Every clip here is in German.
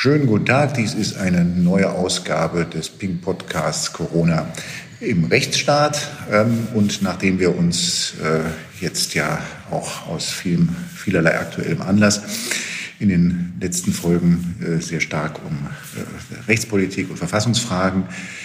Schönen guten Tag, dies ist eine neue Ausgabe des Pink Podcasts Corona im Rechtsstaat. Und nachdem wir uns jetzt ja auch aus vielerlei aktuellem Anlass in den letzten Folgen sehr stark um Rechtspolitik und Verfassungsfragen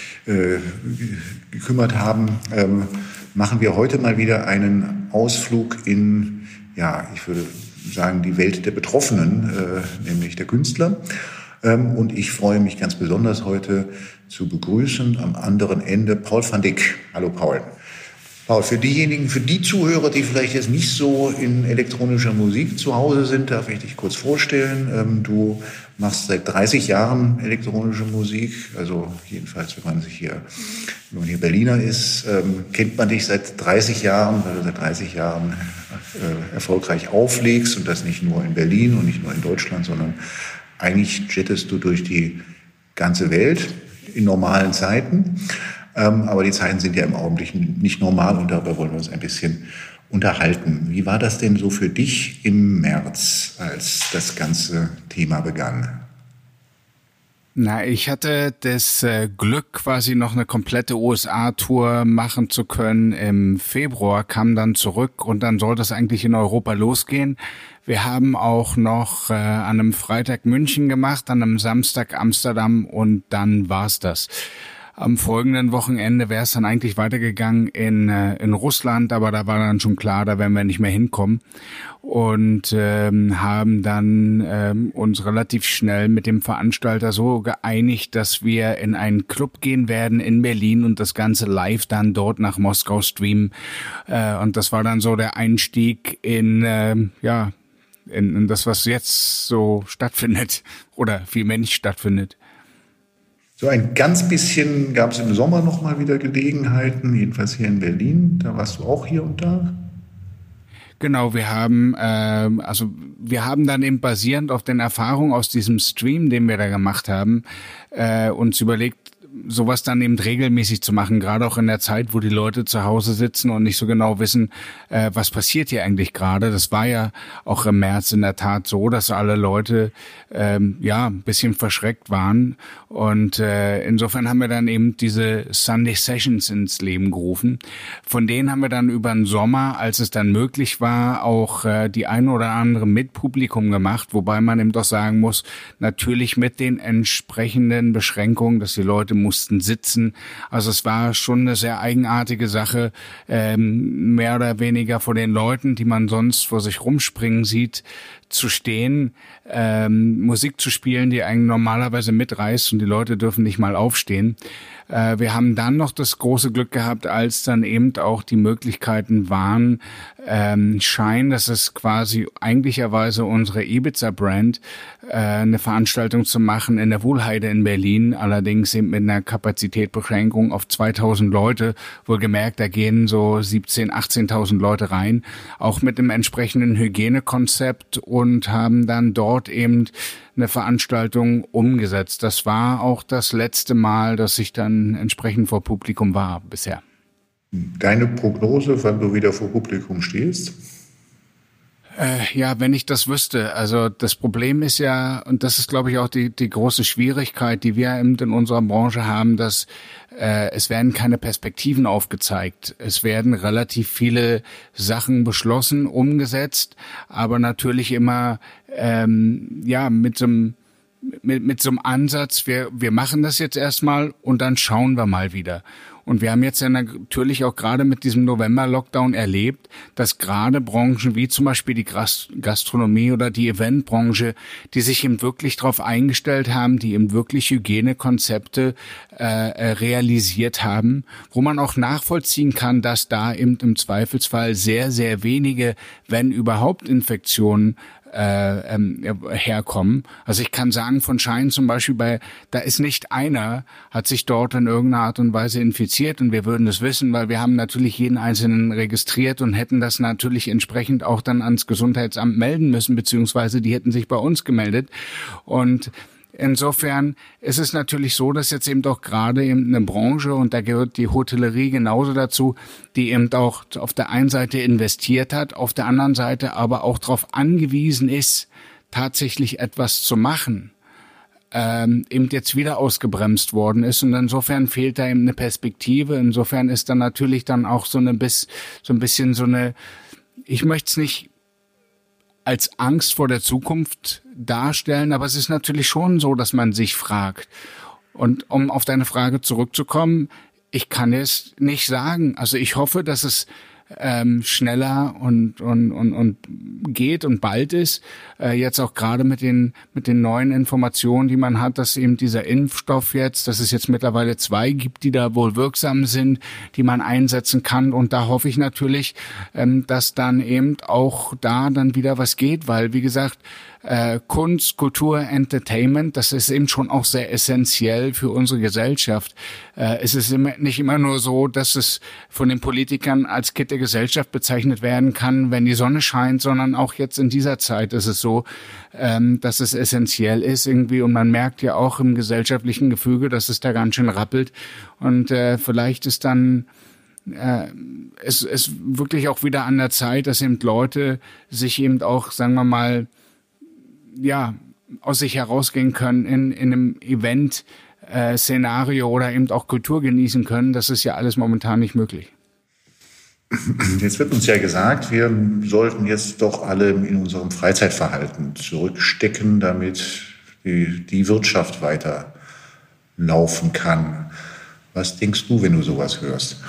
gekümmert haben, machen wir heute mal wieder einen Ausflug in, ich würde sagen, die Welt der Betroffenen, nämlich der Künstler. Und ich freue mich ganz besonders heute zu begrüßen am anderen Ende Paul van Dyck. Hallo Paul. Paul, für die Zuhörer, die vielleicht jetzt nicht so in elektronischer Musik zu Hause sind, darf ich dich kurz vorstellen. Du machst seit 30 Jahren elektronische Musik. Also jedenfalls, wenn man hier Berliner ist, kennt man dich seit 30 Jahren, weil du seit 30 Jahren erfolgreich auflegst. Und das nicht nur in Berlin und nicht nur in Deutschland, sondern eigentlich jettest du durch die ganze Welt in normalen Zeiten. Aber die Zeiten sind ja im Augenblick nicht normal und darüber wollen wir uns ein bisschen unterhalten. Wie war das denn so für dich im März, als das ganze Thema begann? Ich hatte das Glück, quasi noch eine komplette USA-Tour machen zu können. Im Februar kam dann zurück und dann sollte es eigentlich in Europa losgehen. Wir haben auch noch an einem Freitag München gemacht, an einem Samstag Amsterdam und dann war's das. Am folgenden Wochenende wäre es dann eigentlich weitergegangen in Russland, aber da war dann schon klar, da werden wir nicht mehr hinkommen und haben dann uns relativ schnell mit dem Veranstalter so geeinigt, dass wir in einen Club gehen werden in Berlin und das Ganze live dann dort nach Moskau streamen. Und das war dann so der Einstieg in das, was jetzt so stattfindet oder vielmehr nicht stattfindet. So ein ganz bisschen gab es im Sommer noch mal wieder Gelegenheiten, jedenfalls hier in Berlin. Da warst du auch hier und da? Genau, wir haben dann eben basierend auf den Erfahrungen aus diesem Stream, den wir da gemacht haben, uns überlegt, sowas dann eben regelmäßig zu machen, gerade auch in der Zeit, wo die Leute zu Hause sitzen und nicht so genau wissen, was passiert hier eigentlich gerade. Das war ja auch im März in der Tat so, dass alle Leute ein bisschen verschreckt waren und insofern haben wir dann eben diese Sunday Sessions ins Leben gerufen. Von denen haben wir dann über den Sommer, als es dann möglich war, auch die eine oder andere mit Publikum gemacht, wobei man eben doch sagen muss, natürlich mit den entsprechenden Beschränkungen, dass die Leute mussten sitzen. Also es war schon eine sehr eigenartige Sache, mehr oder weniger vor den Leuten, die man sonst vor sich rumspringen sieht, zu stehen, Musik zu spielen, die eigentlich normalerweise mitreißt und die Leute dürfen nicht mal aufstehen. Wir haben dann noch das große Glück gehabt, als dann eben auch die Möglichkeiten waren, Shine, das ist quasi eigentlicherweise unsere Ibiza-Brand, eine Veranstaltung zu machen in der Wohlheide in Berlin, allerdings eben mit einer Kapazitätsbeschränkung auf 2000 Leute. Wohlgemerkt, da gehen so 17.000, 18.000 Leute rein, auch mit dem entsprechenden Hygienekonzept und haben dann dort eben eine Veranstaltung umgesetzt. Das war auch das letzte Mal, dass ich dann entsprechend vor Publikum war bisher. Deine Prognose, wann du wieder vor Publikum stehst? Wenn ich das wüsste. Also das Problem ist ja, und das ist, glaube ich, auch die große Schwierigkeit, die wir eben in unserer Branche haben, dass es werden keine Perspektiven aufgezeigt. Es werden relativ viele Sachen beschlossen, umgesetzt, aber natürlich immer mit so einem Ansatz, wir machen das jetzt erstmal und dann schauen wir mal wieder. Und wir haben jetzt ja natürlich auch gerade mit diesem November-Lockdown erlebt, dass gerade Branchen wie zum Beispiel die Gastronomie oder die Eventbranche, die sich eben wirklich darauf eingestellt haben, die eben wirklich Hygienekonzepte realisiert haben, wo man auch nachvollziehen kann, dass da eben im Zweifelsfall sehr, sehr wenige, wenn überhaupt, Infektionen herkommen. Also ich kann sagen, von Shine zum Beispiel, da ist nicht einer, hat sich dort in irgendeiner Art und Weise infiziert und wir würden das wissen, weil wir haben natürlich jeden Einzelnen registriert und hätten das natürlich entsprechend auch dann ans Gesundheitsamt melden müssen, beziehungsweise die hätten sich bei uns gemeldet. Und insofern ist es natürlich so, dass jetzt eben doch gerade eben eine Branche, und da gehört die Hotellerie genauso dazu, die eben auch auf der einen Seite investiert hat, auf der anderen Seite aber auch darauf angewiesen ist, tatsächlich etwas zu machen. eben jetzt wieder ausgebremst worden ist. Und insofern fehlt da eben eine Perspektive. Insofern ist dann natürlich dann auch so ein bisschen so eine, ich möchte es nicht als Angst vor der Zukunft darstellen, aber es ist natürlich schon so, dass man sich fragt. Und um auf deine Frage zurückzukommen, ich kann es nicht sagen. Also ich hoffe, dass es schneller und geht und bald ist. Jetzt auch gerade mit den neuen Informationen, die man hat, dass eben dieser Impfstoff jetzt, dass es jetzt mittlerweile 2 gibt, die da wohl wirksam sind, die man einsetzen kann. Und da hoffe ich natürlich, dass dann eben auch da dann wieder was geht, weil, wie gesagt, Kunst, Kultur, Entertainment, das ist eben schon auch sehr essentiell für unsere Gesellschaft. Es ist nicht immer nur so, dass es von den Politikern als Kitt der Gesellschaft bezeichnet werden kann, wenn die Sonne scheint, sondern auch jetzt in dieser Zeit ist es so, dass es essentiell ist irgendwie, und man merkt ja auch im gesellschaftlichen Gefüge, dass es da ganz schön rappelt, und vielleicht ist dann es wirklich auch wieder an der Zeit, dass eben Leute sich eben auch, sagen wir mal, ja, aus sich herausgehen können in einem Event-Szenario oder eben auch Kultur genießen können. Das ist ja alles momentan nicht möglich. Jetzt wird uns ja gesagt, wir sollten jetzt doch alle in unserem Freizeitverhalten zurückstecken, damit die Wirtschaft weiter laufen kann. Was denkst du, wenn du sowas hörst?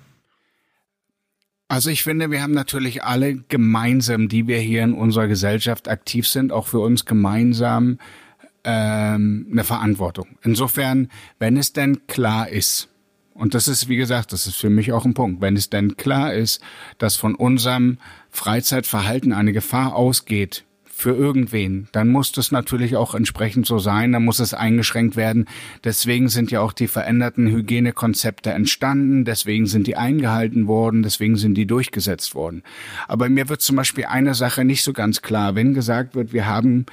Also ich finde, wir haben natürlich alle gemeinsam, die wir hier in unserer Gesellschaft aktiv sind, auch für uns gemeinsam eine Verantwortung. Insofern, wenn es denn klar ist, und das ist, wie gesagt, das ist für mich auch ein Punkt, wenn es denn klar ist, dass von unserem Freizeitverhalten eine Gefahr ausgeht für irgendwen, dann muss das natürlich auch entsprechend so sein, dann muss es eingeschränkt werden. Deswegen sind ja auch die veränderten Hygienekonzepte entstanden, deswegen sind die eingehalten worden, deswegen sind die durchgesetzt worden. Aber mir wird zum Beispiel eine Sache nicht so ganz klar, wenn gesagt wird, wir haben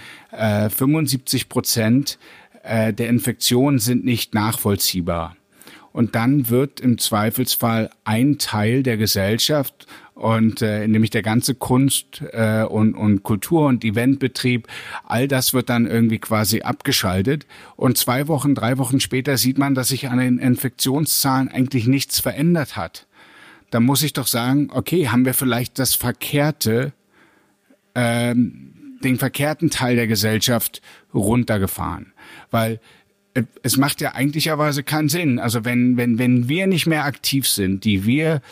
75% der Infektionen sind nicht nachvollziehbar. Und dann wird im Zweifelsfall ein Teil der Gesellschaft und nämlich der ganze Kunst- und Kultur- und Eventbetrieb, all das wird dann irgendwie quasi abgeschaltet. Und 2 Wochen, 3 Wochen später sieht man, dass sich an den Infektionszahlen eigentlich nichts verändert hat. Da muss ich doch sagen, okay, haben wir vielleicht den verkehrten Teil der Gesellschaft runtergefahren. Weil es macht ja eigentlicherweise keinen Sinn. Also wenn wir nicht mehr aktiv sind, die wir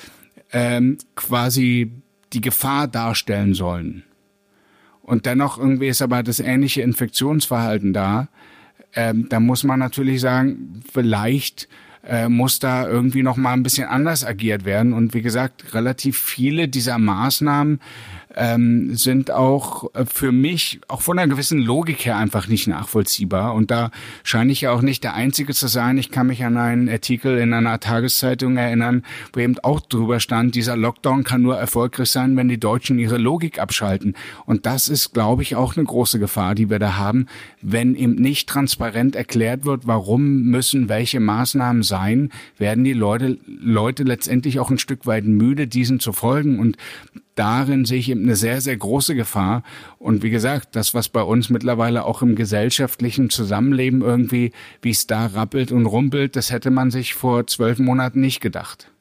quasi die Gefahr darstellen sollen, und dennoch irgendwie ist aber das ähnliche Infektionsverhalten da, da muss man natürlich sagen, vielleicht muss da irgendwie noch mal ein bisschen anders agiert werden. Und wie gesagt, relativ viele dieser Maßnahmen sind auch für mich auch von einer gewissen Logik her einfach nicht nachvollziehbar. Und da scheine ich ja auch nicht der Einzige zu sein. Ich kann mich an einen Artikel in einer Tageszeitung erinnern, wo eben auch drüber stand, dieser Lockdown kann nur erfolgreich sein, wenn die Deutschen ihre Logik abschalten. Und das ist, glaube ich, auch eine große Gefahr, die wir da haben, wenn eben nicht transparent erklärt wird, warum müssen welche Maßnahmen sein, werden die Leute letztendlich auch ein Stück weit müde, diesen zu folgen. Und darin sehe ich eben eine sehr, sehr große Gefahr. Und wie gesagt, das, was bei uns mittlerweile auch im gesellschaftlichen Zusammenleben irgendwie, wie es da rappelt und rumpelt, das hätte man sich vor 12 Monaten nicht gedacht.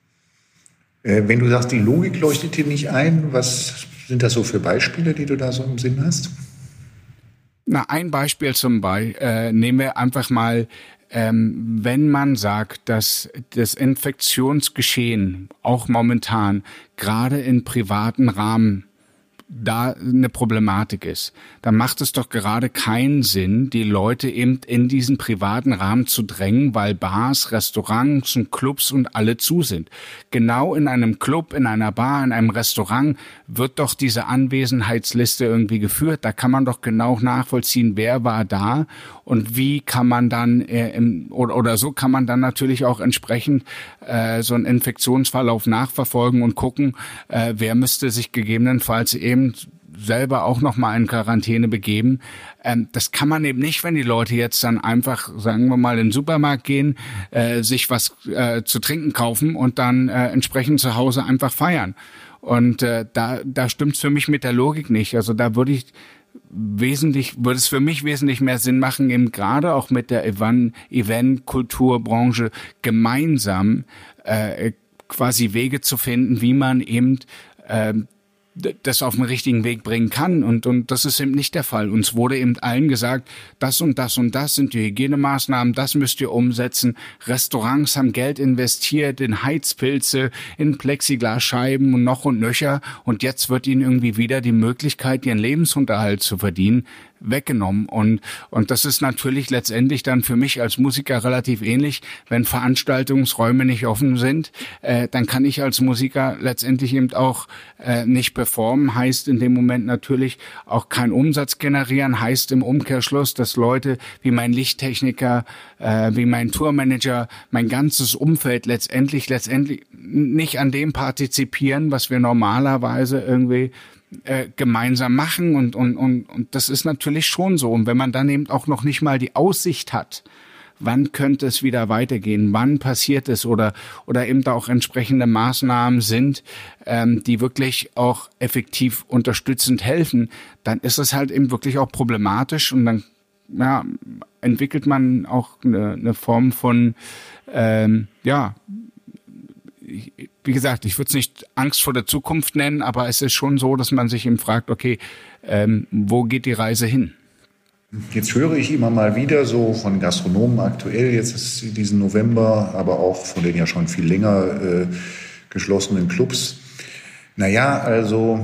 Wenn du sagst, die Logik leuchtet dir nicht ein, was sind das so für Beispiele, die du da so im Sinn hast? Na, ein Beispiel nehmen wir einfach mal, wenn man sagt, dass das Infektionsgeschehen auch momentan gerade in privaten Rahmen da eine Problematik ist, dann macht es doch gerade keinen Sinn, die Leute eben in diesen privaten Rahmen zu drängen, weil Bars, Restaurants und Clubs und alle zu sind. Genau in einem Club, in einer Bar, in einem Restaurant wird doch diese Anwesenheitsliste irgendwie geführt. Da kann man doch genau nachvollziehen, wer war da und wie kann man dann oder so kann man dann natürlich auch entsprechend so einen Infektionsverlauf nachverfolgen und gucken, wer müsste sich gegebenenfalls eben selber auch noch mal in Quarantäne begeben. Das kann man eben nicht, wenn die Leute jetzt dann einfach, sagen wir mal, in den Supermarkt gehen, sich was zu trinken kaufen und dann entsprechend zu Hause einfach feiern. Und da stimmt's für mich mit der Logik nicht. Also da würde ich würde es für mich wesentlich mehr Sinn machen, eben gerade auch mit der Event-Kulturbranche gemeinsam quasi Wege zu finden, wie man eben das auf den richtigen Weg bringen kann. Und das ist eben nicht der Fall. Uns wurde eben allen gesagt, das und das und das sind die Hygienemaßnahmen, das müsst ihr umsetzen. Restaurants haben Geld investiert in Heizpilze, in Plexiglasscheiben und noch und nöcher. Und jetzt wird ihnen irgendwie wieder die Möglichkeit, ihren Lebensunterhalt zu verdienen, weggenommen. Und das ist natürlich letztendlich dann für mich als Musiker relativ ähnlich. Wenn Veranstaltungsräume nicht offen sind, dann kann ich als Musiker letztendlich eben auch nicht performen. Heißt in dem Moment natürlich auch keinen Umsatz generieren. Heißt im Umkehrschluss, dass Leute wie mein Lichttechniker, wie mein Tourmanager, mein ganzes Umfeld letztendlich nicht an dem partizipieren, was wir normalerweise irgendwie gemeinsam machen und das ist natürlich schon so. Und wenn man dann eben auch noch nicht mal die Aussicht hat, wann könnte es wieder weitergehen, wann passiert es oder eben da auch entsprechende Maßnahmen sind, die wirklich auch effektiv unterstützend helfen, dann ist es halt eben wirklich auch problematisch und dann entwickelt man auch eine Form von wie gesagt, ich würde es nicht Angst vor der Zukunft nennen, aber es ist schon so, dass man sich eben fragt, okay, wo geht die Reise hin? Jetzt höre ich immer mal wieder so von Gastronomen aktuell, jetzt ist diesen November, aber auch von den ja schon viel länger geschlossenen Clubs. Naja, also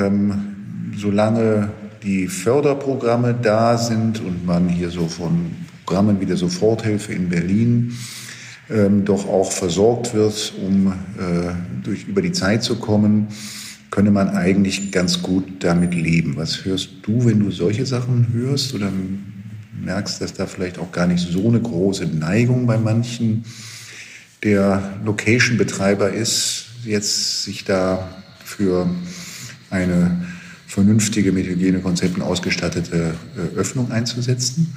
solange die Förderprogramme da sind und man hier so von Programmen wie der Soforthilfe in Berlin doch auch versorgt wird, um über die Zeit zu kommen, könne man eigentlich ganz gut damit leben. Was hörst du, wenn du solche Sachen hörst oder merkst, dass da vielleicht auch gar nicht so eine große Neigung bei manchen der Location-Betreiber ist, jetzt sich da für eine vernünftige, mit Hygienekonzepten ausgestattete Öffnung einzusetzen?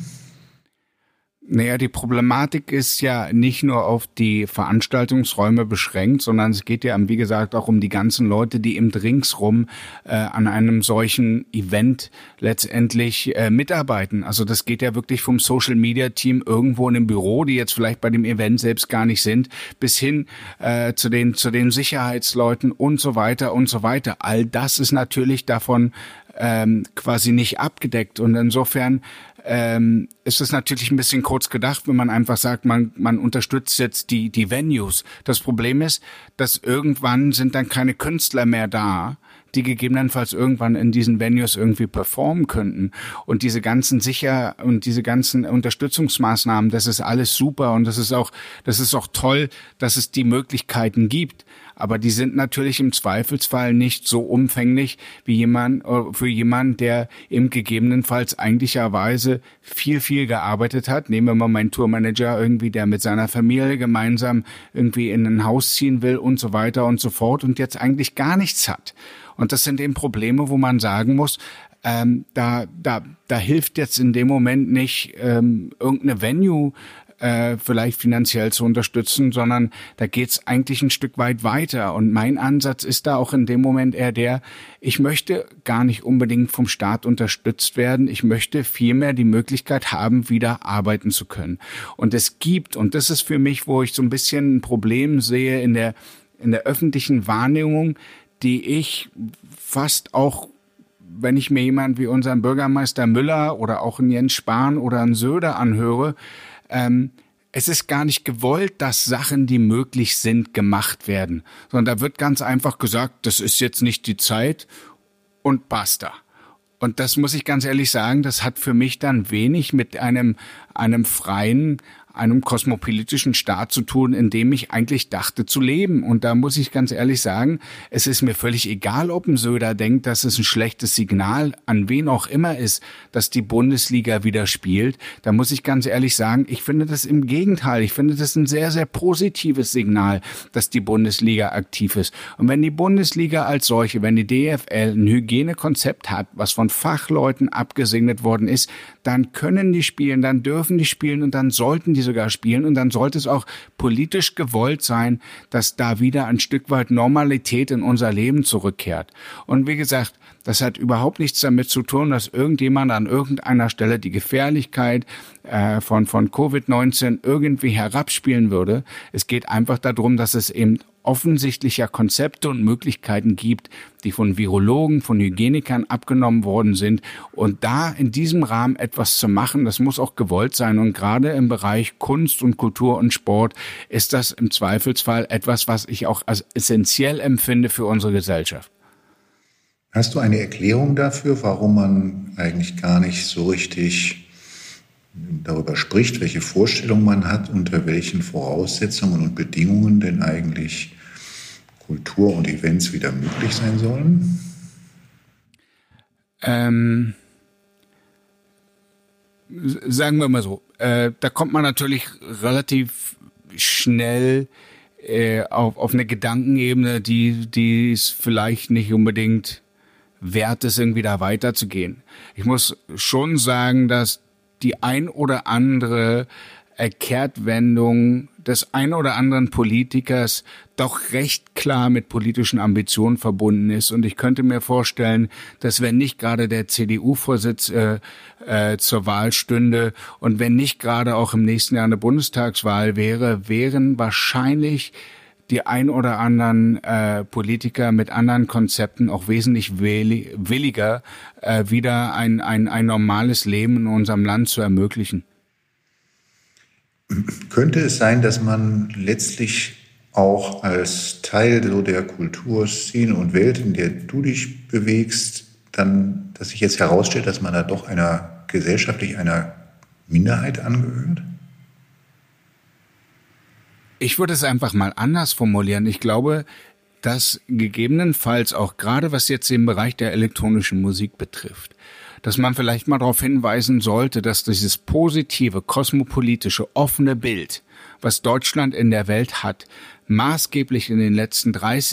Naja, die Problematik ist ja nicht nur auf die Veranstaltungsräume beschränkt, sondern es geht ja, wie gesagt, auch um die ganzen Leute, die eben ringsrum an einem solchen Event letztendlich mitarbeiten. Also das geht ja wirklich vom Social-Media-Team irgendwo in einem Büro, die jetzt vielleicht bei dem Event selbst gar nicht sind, bis hin zu den Sicherheitsleuten und so weiter und so weiter. All das ist natürlich davon quasi nicht abgedeckt und insofern ist es natürlich ein bisschen kurz gedacht, wenn man einfach sagt, man unterstützt jetzt die Venues. Das Problem ist, dass irgendwann sind dann keine Künstler mehr da, die gegebenenfalls irgendwann in diesen Venues irgendwie performen könnten. Und diese ganzen diese ganzen Unterstützungsmaßnahmen, das ist alles super und das ist auch toll, dass es die Möglichkeiten gibt. Aber die sind natürlich im Zweifelsfall nicht so umfänglich wie für jemanden, der eben gegebenenfalls eigentlicherweise viel gearbeitet hat. Nehmen wir mal meinen Tourmanager irgendwie, der mit seiner Familie gemeinsam irgendwie in ein Haus ziehen will und so weiter und so fort und jetzt eigentlich gar nichts hat. Und das sind eben Probleme, wo man sagen muss, da hilft jetzt in dem Moment nicht irgendeine Venue vielleicht finanziell zu unterstützen, sondern da geht's eigentlich ein Stück weit weiter. Und mein Ansatz ist da auch in dem Moment eher ich möchte gar nicht unbedingt vom Staat unterstützt werden. Ich möchte vielmehr die Möglichkeit haben, wieder arbeiten zu können. Und es gibt, und das ist für mich, wo ich so ein bisschen ein Problem sehe in der öffentlichen Wahrnehmung, die ich fast auch, wenn ich mir jemanden wie unseren Bürgermeister Müller oder auch einen Jens Spahn oder einen Söder anhöre, es ist gar nicht gewollt, dass Sachen, die möglich sind, gemacht werden. Sondern da wird ganz einfach gesagt, das ist jetzt nicht die Zeit und basta. Und das muss ich ganz ehrlich sagen, das hat für mich dann wenig mit einem freien, einem kosmopolitischen Staat zu tun, in dem ich eigentlich dachte zu leben. Und da muss ich ganz ehrlich sagen, es ist mir völlig egal, ob ein Söder denkt, dass es ein schlechtes Signal an wen auch immer ist, dass die Bundesliga wieder spielt. Da muss ich ganz ehrlich sagen, ich finde das im Gegenteil. Ich finde das ein sehr, sehr positives Signal, dass die Bundesliga aktiv ist. Und wenn die Bundesliga als solche, wenn die DFL ein Hygienekonzept hat, was von Fachleuten abgesegnet worden ist, dann können die spielen, dann dürfen die spielen und dann sollten die sogar spielen und dann sollte es auch politisch gewollt sein, dass da wieder ein Stück weit Normalität in unser Leben zurückkehrt. Und wie gesagt, das hat überhaupt nichts damit zu tun, dass irgendjemand an irgendeiner Stelle die Gefährlichkeit von Covid-19 irgendwie herabspielen würde. Es geht einfach darum, dass es eben offensichtlicher Konzepte und Möglichkeiten gibt, die von Virologen, von Hygienikern abgenommen worden sind. Und da in diesem Rahmen etwas zu machen, das muss auch gewollt sein. Und gerade im Bereich Kunst und Kultur und Sport ist das im Zweifelsfall etwas, was ich auch als essentiell empfinde für unsere Gesellschaft. Hast du eine Erklärung dafür, warum man eigentlich gar nicht so richtig darüber spricht, welche Vorstellungen man hat, unter welchen Voraussetzungen und Bedingungen denn eigentlich Kultur und Events wieder möglich sein sollen? Sagen wir mal so, da kommt man natürlich relativ schnell auf eine Gedankenebene, die es vielleicht nicht unbedingt wert ist, irgendwie da weiterzugehen. Ich muss schon sagen, dass die ein oder andere Kehrtwendung des ein oder anderen Politikers doch recht klar mit politischen Ambitionen verbunden ist. Und ich könnte mir vorstellen, dass wenn nicht gerade der CDU-Vorsitz zur Wahl stünde und wenn nicht gerade auch im nächsten Jahr eine Bundestagswahl wäre, wären wahrscheinlich die ein oder anderen Politiker mit anderen Konzepten auch wesentlich williger, wieder ein normales Leben in unserem Land zu ermöglichen. Könnte es sein, dass man letztlich auch als Teil so der Kulturszene und Welt, in der du dich bewegst, dann, dass sich jetzt herausstellt, dass man da doch gesellschaftlich einer Minderheit angehört? Ich würde es einfach mal anders formulieren. Ich glaube, dass gegebenenfalls auch gerade was jetzt den Bereich der elektronischen Musik betrifft, dass man vielleicht mal darauf hinweisen sollte, dass dieses positive, kosmopolitische, offene Bild, was Deutschland in der Welt hat, maßgeblich in den letzten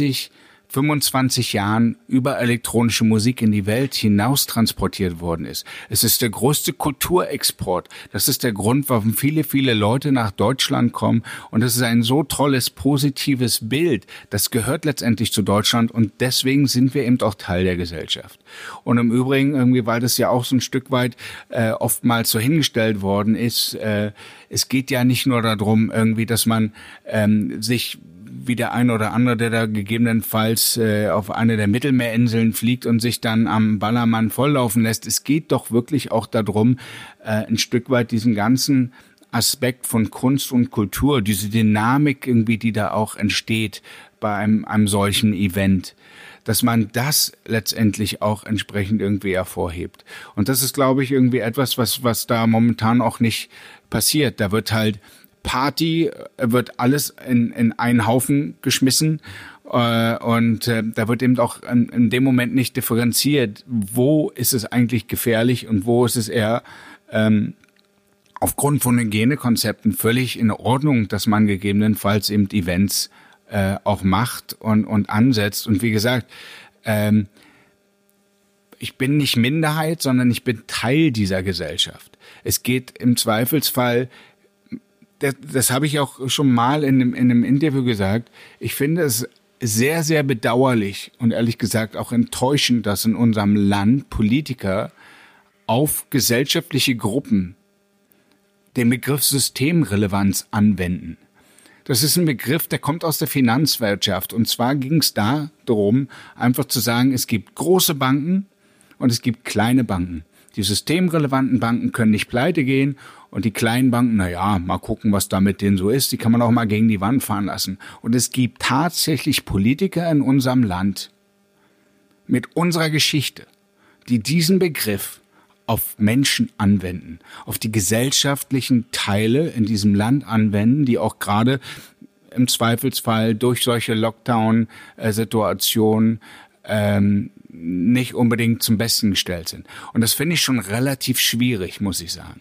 25 Jahren über elektronische Musik in die Welt hinaus transportiert worden ist. Es ist der größte Kulturexport. Das ist der Grund, warum viele, viele Leute nach Deutschland kommen. Und es ist ein so tolles, positives Bild. Das gehört letztendlich zu Deutschland und deswegen sind wir eben auch Teil der Gesellschaft. Und im Übrigen, irgendwie, weil das ja auch so ein Stück weit oftmals so hingestellt worden ist, es geht ja nicht nur darum, irgendwie, dass man sich wie der ein oder andere, der da gegebenenfalls auf eine der Mittelmeerinseln fliegt und sich dann am Ballermann volllaufen lässt. Es geht doch wirklich auch darum, ein Stück weit diesen ganzen Aspekt von Kunst und Kultur, diese Dynamik irgendwie, die da auch entsteht bei einem solchen Event, dass man das letztendlich auch entsprechend irgendwie hervorhebt. Und das ist, glaube ich, irgendwie etwas, was da momentan auch nicht passiert. Da wird halt Party, wird alles in einen Haufen geschmissen und da wird eben auch in dem Moment nicht differenziert, wo ist es eigentlich gefährlich und wo ist es eher aufgrund von Hygienekonzepten völlig in Ordnung, dass man gegebenenfalls eben Events auch macht und ansetzt. Und wie gesagt, ich bin nicht Minderheit, sondern ich bin Teil dieser Gesellschaft. Es geht im Zweifelsfall, das habe ich auch schon mal in einem Interview gesagt, ich finde es sehr, sehr bedauerlich und ehrlich gesagt auch enttäuschend, dass in unserem Land Politiker auf gesellschaftliche Gruppen den Begriff Systemrelevanz anwenden. Das ist ein Begriff, der kommt aus der Finanzwirtschaft. Und zwar ging es da darum, einfach zu sagen, es gibt große Banken und es gibt kleine Banken. Die systemrelevanten Banken können nicht pleite gehen und die kleinen Banken, mal gucken, was da mit denen so ist, die kann man auch mal gegen die Wand fahren lassen. Und es gibt tatsächlich Politiker in unserem Land mit unserer Geschichte, die diesen Begriff auf Menschen anwenden, auf die gesellschaftlichen Teile in diesem Land anwenden, die auch gerade im Zweifelsfall durch solche Lockdown-Situationen nicht unbedingt zum Besten gestellt sind. Und das finde ich schon relativ schwierig, muss ich sagen.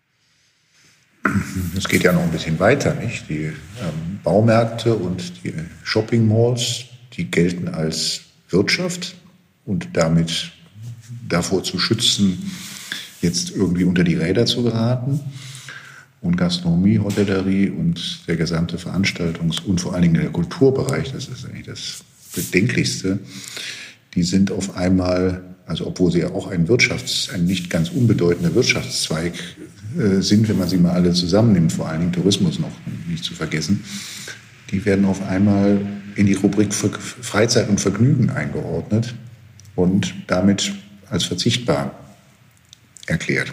Es geht ja noch ein bisschen weiter, nicht? Die Baumärkte und die Shopping-Malls, die gelten als Wirtschaft und damit davor zu schützen, jetzt irgendwie unter die Räder zu geraten. Und Gastronomie, Hotellerie und der gesamte und vor allen Dingen der Kulturbereich, das ist eigentlich das Bedenklichste, die sind auf einmal, also obwohl sie ja auch ein nicht ganz unbedeutender Wirtschaftszweig sind, wenn man sie mal alle zusammennimmt, vor allen Dingen Tourismus noch nicht zu vergessen, die werden auf einmal in die Rubrik Freizeit und Vergnügen eingeordnet und damit als verzichtbar erklärt.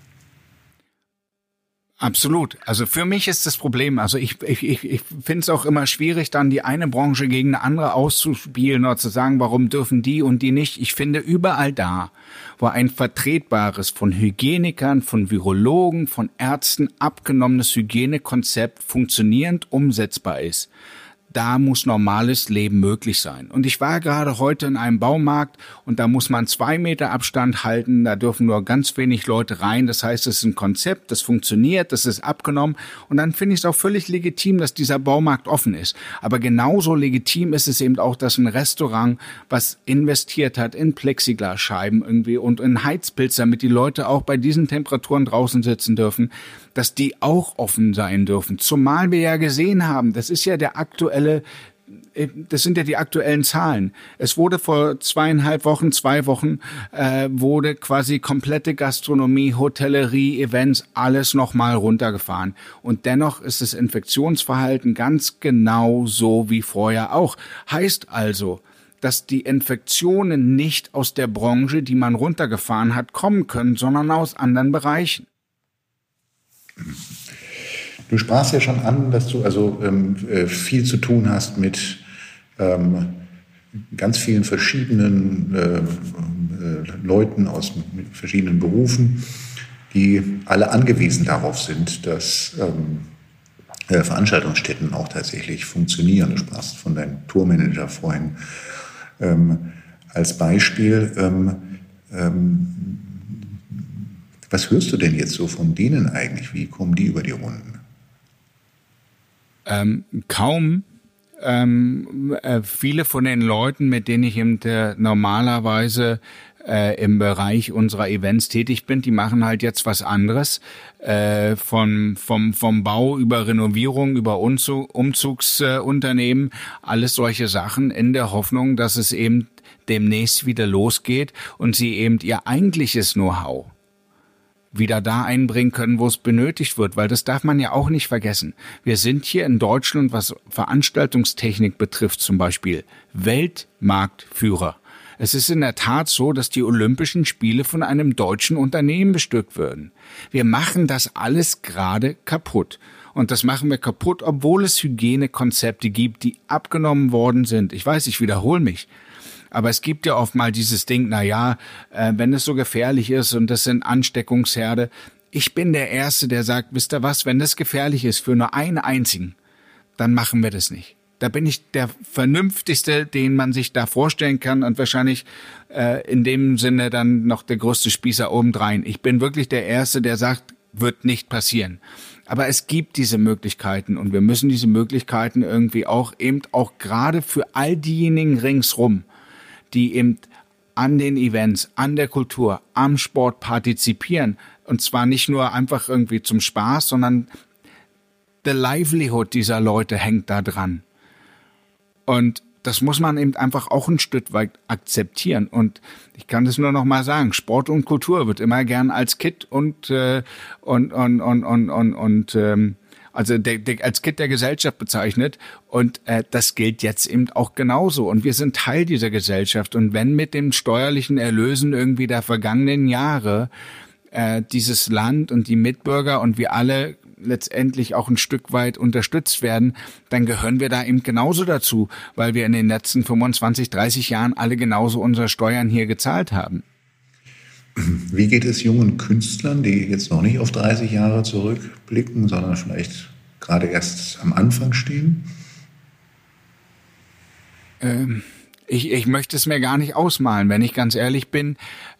Absolut. Also für mich ist das Problem, also ich finde es auch immer schwierig, dann die eine Branche gegen eine andere auszuspielen oder zu sagen, warum dürfen die und die nicht. Ich finde überall da, wo ein vertretbares, von Hygienikern, von Virologen, von Ärzten abgenommenes Hygienekonzept funktionierend umsetzbar ist, da muss normales Leben möglich sein. Und ich war gerade heute in einem Baumarkt und da muss man 2 Meter Abstand halten, da dürfen nur ganz wenig Leute rein. Das heißt, es ist ein Konzept, das funktioniert, das ist abgenommen. Und dann finde ich es auch völlig legitim, dass dieser Baumarkt offen ist. Aber genauso legitim ist es eben auch, dass ein Restaurant, was investiert hat in Plexiglasscheiben irgendwie und in Heizpilz, damit die Leute auch bei diesen Temperaturen draußen sitzen dürfen, dass die auch offen sein dürfen. Zumal wir ja gesehen haben, das sind ja die aktuellen Zahlen. Es wurde vor 2 Wochen, wurde quasi komplette Gastronomie, Hotellerie, Events, alles nochmal runtergefahren. Und dennoch ist das Infektionsverhalten ganz genau so wie vorher auch. Heißt also, dass die Infektionen nicht aus der Branche, die man runtergefahren hat, kommen können, sondern aus anderen Bereichen. Du sprachst ja schon an, dass du viel zu tun hast mit ganz vielen verschiedenen Leuten mit verschiedenen Berufen, die alle angewiesen darauf sind, dass Veranstaltungsstätten auch tatsächlich funktionieren. Du sprachst von deinem Tourmanager vorhin als Beispiel. Was hörst du denn jetzt so von denen eigentlich? Wie kommen die über die Runden? Kaum. Viele von den Leuten, mit denen ich eben normalerweise im Bereich unserer Events tätig bin, die machen halt jetzt was anderes. Vom Bau über Renovierung, über Umzugsunternehmen, alles solche Sachen in der Hoffnung, dass es eben demnächst wieder losgeht und sie eben ihr eigentliches Know-how wieder da einbringen können, wo es benötigt wird, weil das darf man ja auch nicht vergessen. Wir sind hier in Deutschland, was Veranstaltungstechnik betrifft zum Beispiel, Weltmarktführer. Es ist in der Tat so, dass die Olympischen Spiele von einem deutschen Unternehmen bestückt würden. Wir machen das alles gerade kaputt. Und das machen wir kaputt, obwohl es Hygienekonzepte gibt, die abgenommen worden sind. Ich weiß, ich wiederhole mich. Aber es gibt ja oft mal dieses Ding, wenn es so gefährlich ist und das sind Ansteckungsherde. Ich bin der Erste, der sagt, wisst ihr was, wenn das gefährlich ist für nur einen einzigen, dann machen wir das nicht. Da bin ich der Vernünftigste, den man sich da vorstellen kann und wahrscheinlich in dem Sinne dann noch der größte Spießer obendrein. Ich bin wirklich der Erste, der sagt, wird nicht passieren. Aber es gibt diese Möglichkeiten und wir müssen diese Möglichkeiten irgendwie auch gerade für all diejenigen ringsrum, die eben an den Events, an der Kultur, am Sport partizipieren. Und zwar nicht nur einfach irgendwie zum Spaß, sondern the livelihood dieser Leute hängt da dran. Und das muss man eben einfach auch ein Stück weit akzeptieren. Und ich kann das nur noch mal sagen, Sport und Kultur wird immer gern als Kit als Kit der Gesellschaft bezeichnet und das gilt jetzt eben auch genauso und wir sind Teil dieser Gesellschaft und wenn mit den steuerlichen Erlösen irgendwie der vergangenen Jahre dieses Land und die Mitbürger und wir alle letztendlich auch ein Stück weit unterstützt werden, dann gehören wir da eben genauso dazu, weil wir in den letzten 25, 30 Jahren alle genauso unsere Steuern hier gezahlt haben. Wie geht es jungen Künstlern, die jetzt noch nicht auf 30 Jahre zurückblicken, sondern vielleicht gerade erst am Anfang stehen? Ich möchte es mir gar nicht ausmalen. Wenn ich ganz ehrlich bin,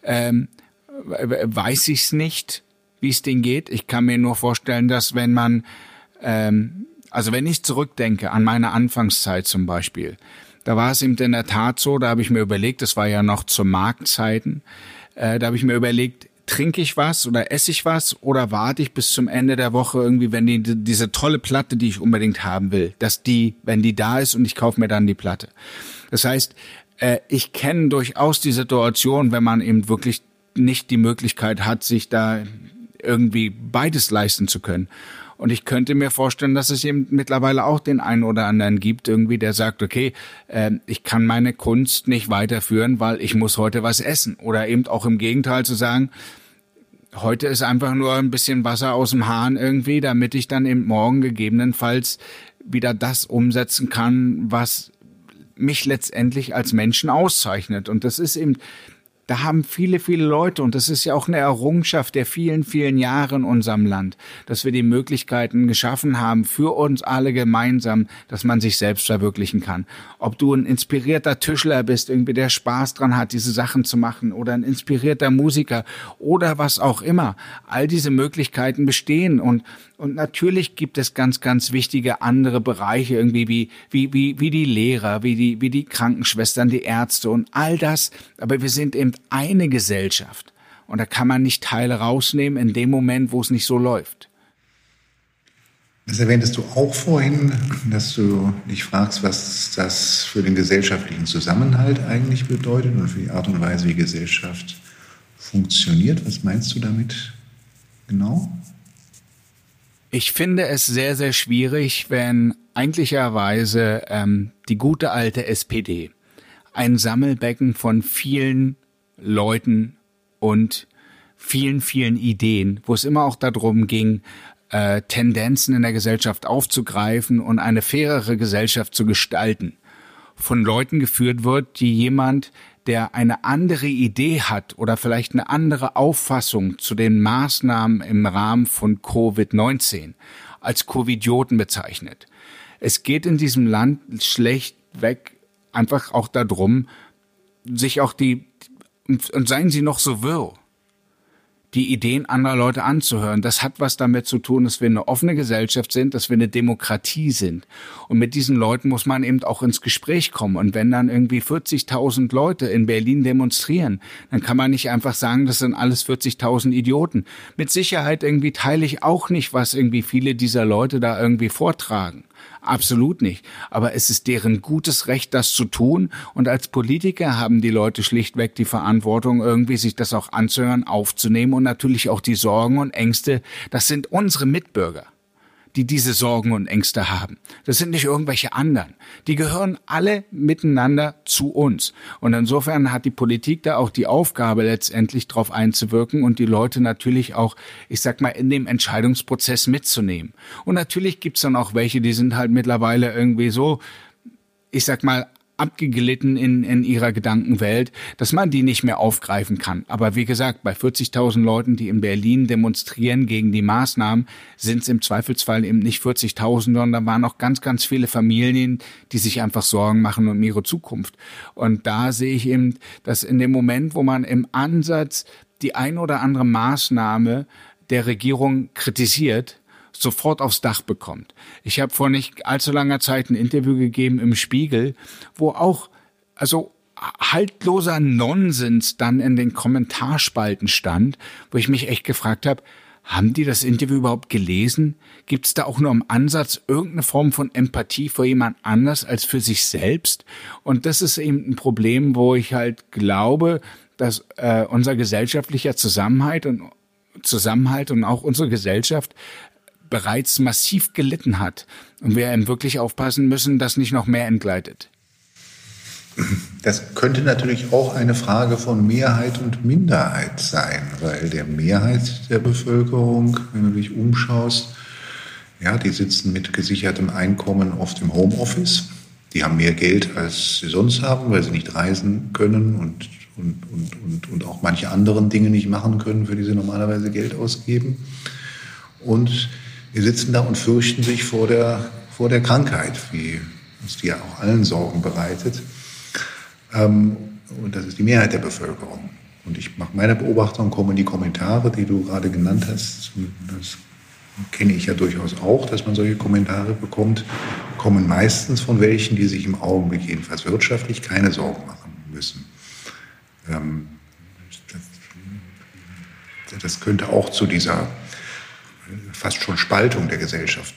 weiß ich es nicht, wie es denen geht. Ich kann mir nur vorstellen, dass wenn ich zurückdenke an meine Anfangszeit zum Beispiel, da war es eben in der Tat so, da habe ich mir überlegt, das war ja noch zu Marktzeiten, da habe ich mir überlegt, trinke ich was oder esse ich was oder warte ich bis zum Ende der Woche irgendwie, wenn diese tolle Platte, die ich unbedingt haben will, wenn die da ist und ich kaufe mir dann die Platte. Das heißt, ich kenne durchaus die Situation, wenn man eben wirklich nicht die Möglichkeit hat, sich da irgendwie beides leisten zu können. Und ich könnte mir vorstellen, dass es eben mittlerweile auch den einen oder anderen gibt, irgendwie, der sagt, okay, ich kann meine Kunst nicht weiterführen, weil ich muss heute was essen. Oder eben auch im Gegenteil zu sagen, heute ist einfach nur ein bisschen Wasser aus dem Hahn irgendwie, damit ich dann eben morgen gegebenenfalls wieder das umsetzen kann, was mich letztendlich als Menschen auszeichnet. Und das ist eben, da haben viele, viele Leute, und das ist ja auch eine Errungenschaft der vielen, vielen Jahre in unserem Land, dass wir die Möglichkeiten geschaffen haben, für uns alle gemeinsam, dass man sich selbst verwirklichen kann. Ob du ein inspirierter Tischler bist, irgendwie der Spaß dran hat, diese Sachen zu machen, oder ein inspirierter Musiker oder was auch immer. All diese Möglichkeiten bestehen, und natürlich gibt es ganz, ganz wichtige andere Bereiche, irgendwie wie die Lehrer, wie die Krankenschwestern, die Ärzte und all das. Aber wir sind eben eine Gesellschaft. Und da kann man nicht Teile rausnehmen in dem Moment, wo es nicht so läuft. Das erwähntest du auch vorhin, dass du dich fragst, was das für den gesellschaftlichen Zusammenhalt eigentlich bedeutet und für die Art und Weise, wie Gesellschaft funktioniert. Was meinst du damit genau? Ich finde es sehr, sehr schwierig, wenn eigentlicherweise die gute alte SPD ein Sammelbecken von vielen Leuten und vielen, vielen Ideen, wo es immer auch darum ging, Tendenzen in der Gesellschaft aufzugreifen und eine fairere Gesellschaft zu gestalten, von Leuten geführt wird, die jemand, der eine andere Idee hat oder vielleicht eine andere Auffassung zu den Maßnahmen im Rahmen von Covid-19 als Covidioten bezeichnet. Es geht in diesem Land schlechtweg einfach auch darum, sich auch und seien sie noch so wirr, die Ideen anderer Leute anzuhören. Das hat was damit zu tun, dass wir eine offene Gesellschaft sind, dass wir eine Demokratie sind. Und mit diesen Leuten muss man eben auch ins Gespräch kommen. Und wenn dann irgendwie 40.000 Leute in Berlin demonstrieren, dann kann man nicht einfach sagen, das sind alles 40.000 Idioten. Mit Sicherheit irgendwie teile ich auch nicht, was irgendwie viele dieser Leute da irgendwie vortragen. Absolut nicht. Aber es ist deren gutes Recht, das zu tun. Und als Politiker haben die Leute schlichtweg die Verantwortung, irgendwie sich das auch anzuhören, aufzunehmen und natürlich auch die Sorgen und Ängste. Das sind unsere Mitbürger, die diese Sorgen und Ängste haben. Das sind nicht irgendwelche anderen. Die gehören alle miteinander zu uns. Und insofern hat die Politik da auch die Aufgabe, letztendlich darauf einzuwirken und die Leute natürlich auch, ich sag mal, in dem Entscheidungsprozess mitzunehmen. Und natürlich gibt's dann auch welche, die sind halt mittlerweile irgendwie so, ich sag mal, abgeglitten in ihrer Gedankenwelt, dass man die nicht mehr aufgreifen kann. Aber wie gesagt, bei 40.000 Leuten, die in Berlin demonstrieren gegen die Maßnahmen, sind es im Zweifelsfall eben nicht 40.000, sondern da waren auch ganz, ganz viele Familien, die sich einfach Sorgen machen um ihre Zukunft. Und da sehe ich eben, dass in dem Moment, wo man im Ansatz die ein oder andere Maßnahme der Regierung kritisiert, sofort aufs Dach bekommt. Ich habe vor nicht allzu langer Zeit ein Interview gegeben im Spiegel, wo auch haltloser Nonsens dann in den Kommentarspalten stand, wo ich mich echt gefragt habe, haben die das Interview überhaupt gelesen? Gibt es da auch nur im Ansatz irgendeine Form von Empathie für jemand anders als für sich selbst? Und das ist eben ein Problem, wo ich halt glaube, dass unser gesellschaftlicher Zusammenhalt und auch unsere Gesellschaft bereits massiv gelitten hat und wir eben wirklich aufpassen müssen, dass nicht noch mehr entgleitet. Das könnte natürlich auch eine Frage von Mehrheit und Minderheit sein, weil der Mehrheit der Bevölkerung, wenn du dich umschaust, ja, die sitzen mit gesichertem Einkommen oft im Homeoffice. Die haben mehr Geld, als sie sonst haben, weil sie nicht reisen können und auch manche anderen Dinge nicht machen können, für die sie normalerweise Geld ausgeben. Und wir sitzen da und fürchten sich vor der Krankheit, wie uns die ja auch allen Sorgen bereitet. Und das ist die Mehrheit der Bevölkerung. Und ich mache meine Beobachtung, kommen die Kommentare, die du gerade genannt hast, das kenne ich ja durchaus auch, dass man solche Kommentare bekommt, kommen meistens von welchen, die sich im Augenblick jedenfalls wirtschaftlich keine Sorgen machen müssen. das könnte auch zu dieser fast schon Spaltung der Gesellschaft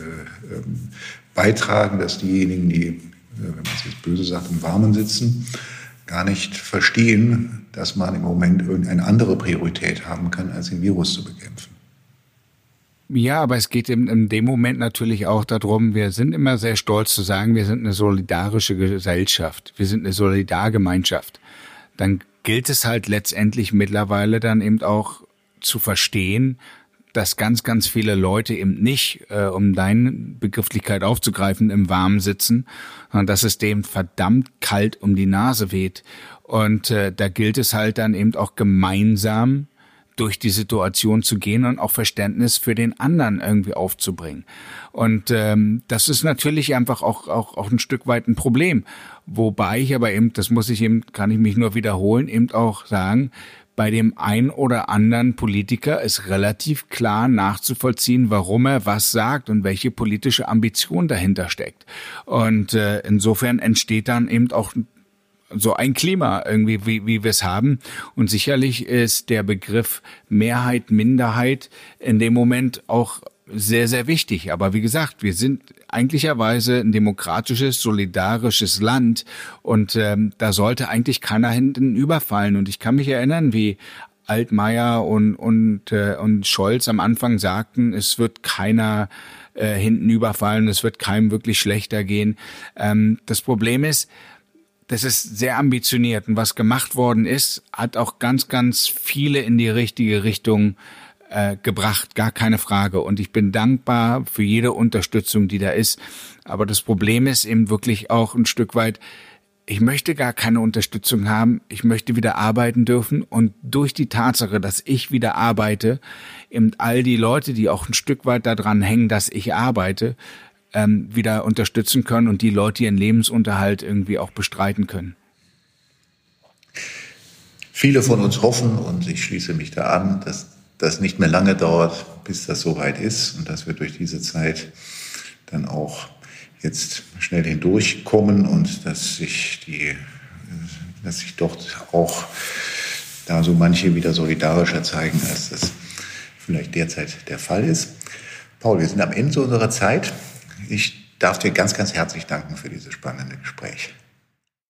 beitragen, dass diejenigen, die, wenn man es jetzt böse sagt, im Warmen sitzen, gar nicht verstehen, dass man im Moment irgendeine andere Priorität haben kann, als den Virus zu bekämpfen. Ja, aber es geht in dem Moment natürlich auch darum, wir sind immer sehr stolz zu sagen, wir sind eine solidarische Gesellschaft, wir sind eine Solidargemeinschaft. Dann gilt es halt letztendlich mittlerweile dann eben auch zu verstehen, dass ganz, ganz viele Leute eben nicht, um deine Begrifflichkeit aufzugreifen, im Warmen sitzen, sondern dass es dem verdammt kalt um die Nase weht. Und da gilt es halt dann eben auch gemeinsam durch die Situation zu gehen und auch Verständnis für den anderen irgendwie aufzubringen. Und das ist natürlich einfach auch ein Stück weit ein Problem. Wobei ich aber eben, kann ich mich nur wiederholen, eben auch sagen, bei dem ein oder anderen Politiker ist relativ klar nachzuvollziehen, warum er was sagt und welche politische Ambition dahinter steckt. Und insofern entsteht dann eben auch so ein Klima irgendwie, wie wir es haben. Und sicherlich ist der Begriff Mehrheit, Minderheit in dem Moment auch sehr, sehr wichtig. Aber wie gesagt, wir sind eigentlicherweise ein demokratisches, solidarisches Land und da sollte eigentlich keiner hinten überfallen. Und ich kann mich erinnern, wie Altmaier und Scholz am Anfang sagten, es wird keiner hinten überfallen, es wird keinem wirklich schlechter gehen. Das Problem ist, das ist sehr ambitioniert und was gemacht worden ist, hat auch ganz, ganz viele in die richtige Richtung gebracht, gar keine Frage. Und ich bin dankbar für jede Unterstützung, die da ist. Aber das Problem ist eben wirklich auch ein Stück weit, ich möchte gar keine Unterstützung haben, ich möchte wieder arbeiten dürfen und durch die Tatsache, dass ich wieder arbeite, eben all die Leute, die auch ein Stück weit daran hängen, dass ich arbeite, wieder unterstützen können und die Leute ihren Lebensunterhalt irgendwie auch bestreiten können. Viele von uns hoffen, und ich schließe mich da an, dass das nicht mehr lange dauert, bis das soweit ist und dass wir durch diese Zeit dann auch jetzt schnell hindurchkommen und dass sich dort auch da so manche wieder solidarischer zeigen, als das vielleicht derzeit der Fall ist. Paul, wir sind am Ende unserer Zeit. Ich darf dir ganz, ganz herzlich danken für dieses spannende Gespräch.